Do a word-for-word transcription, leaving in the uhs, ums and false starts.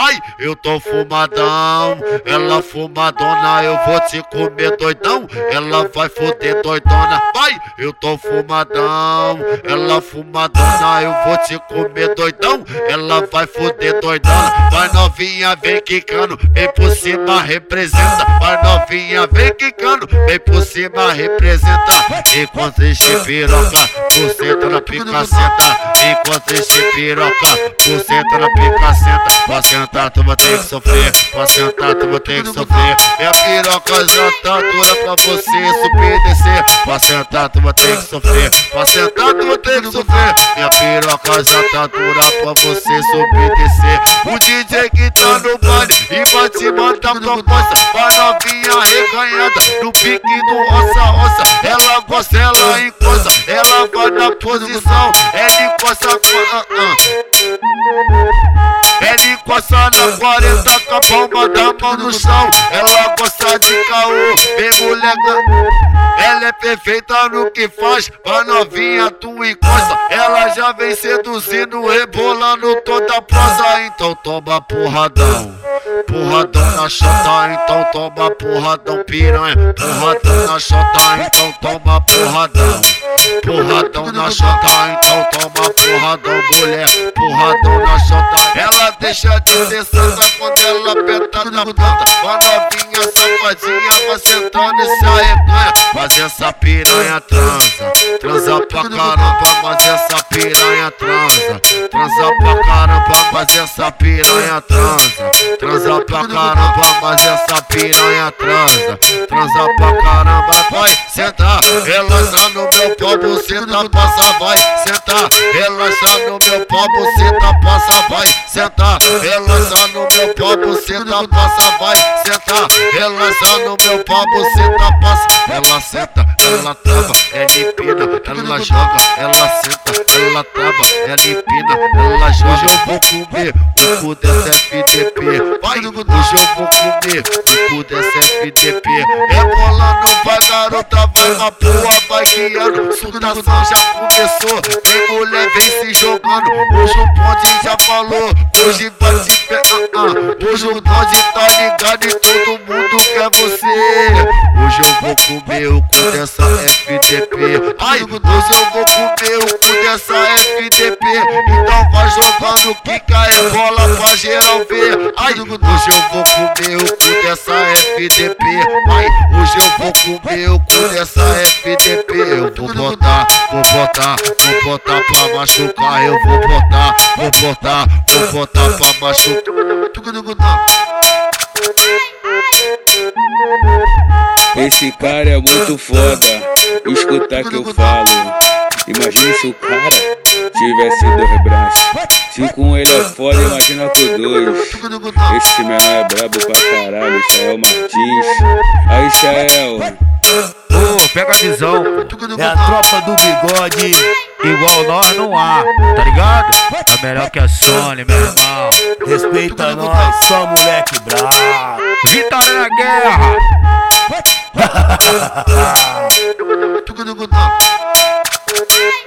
Ai, eu tô fumadão, ela fumadona, eu vou te comer doidão, ela vai foder doidona. Vai, eu tô fumadão, ela fumadona, eu vou te comer doidão, ela vai foder doidona. Vai novinha, vem quicando, vem por cima, representa. Vai novinha, vem quicando, vem por cima, representa. Enquanto enche piroca, por centro na pica senta. Enquanto enche piroca, por centro na pica senta. Pra sentar tu vai ter que sofrer, pra sentar tu vai ter que sofrer. Minha piroca já tá dura pra você subir e descer. Pra sentar tu vai ter que sofrer, pra sentar tu vai ter que sofrer. Minha piroca já tá dura pra você subir e descer. O D J que tá no baile e vai te mandar proposta. Pra novinha reganhada, no pique do ossa-ossa. Ela gosta, ela encosta, ela vai na posição. Ela encosta com... Uh, uh. Ela encosta na quarenta com a palma da mão no chão. Ela gosta de caô, vem moleca. Ela é perfeita no que faz, pra novinha tu encosta. Ela já vem seduzindo, rebolando toda a prosa. Então toma porradão, porradão na chota, então toma porradão piranha. Porradão na chota, então toma porradão. Porradão na chota, então toma porradão, mulher. Porradão na chota. Ela deixa de ser santa quando ela aperta na planta. A novinha safadinha vai sentando e se arreganha. Mas essa piranha transa, transa pra caramba, mas essa piranha transa. Transa pra caramba, mas essa piranha transa. Transa pra caramba, mas essa piranha transa. Transa pra caramba, vai sentar, relaxa no meu pau, buceta, passa, vai sentar, relaxa no meu pau, buceta, passa, vai sentar, relaxa no meu pau, buceta, passa, vai sentar, relaxa no meu pau, buceta, passa. Ela senta, ela trava, ela empina, ela joga, ela senta, ela trava, ela empina, ela joga. Hoje eu vou comer o cu dessa F D P. Vai, hoje eu vou comer o cu dessa F D P. Rebolando, vai garota, vai na porra, vai guiando. Sudação já começou, vem mulher, vem se jogando. Hoje o bonde já falou, hoje vai te pegar. Hoje o bonde tá ligado e todo mundo quer você. Hoje eu vou comer o cu dessa F D P. Ai, hoje eu vou comer o cu dessa F D P. Então vai jogando, quica e bola pra geral ver. Ai, hoje eu vou comer o cu dessa F D P. Ai, hoje eu vou comer o cu dessa F D P. Eu vou botar, vou botar, vou botar pra machucar. Eu vou botar, vou botar, vou botar pra machucar. Esse cara é muito foda, escuta que eu falo. Imagina se o cara tivesse dois braços. Se com ele é foda, imagina com dois. Esse menor é brabo pra caralho, Israel Martins. Aí, Israel. Ô, oh, pega a visão. É a tropa do bigode. Igual nós não há, tá ligado? Tá melhor que a Sony, meu irmão. Respeita nós, só moleque brabo. Vitória na guerra. Tudo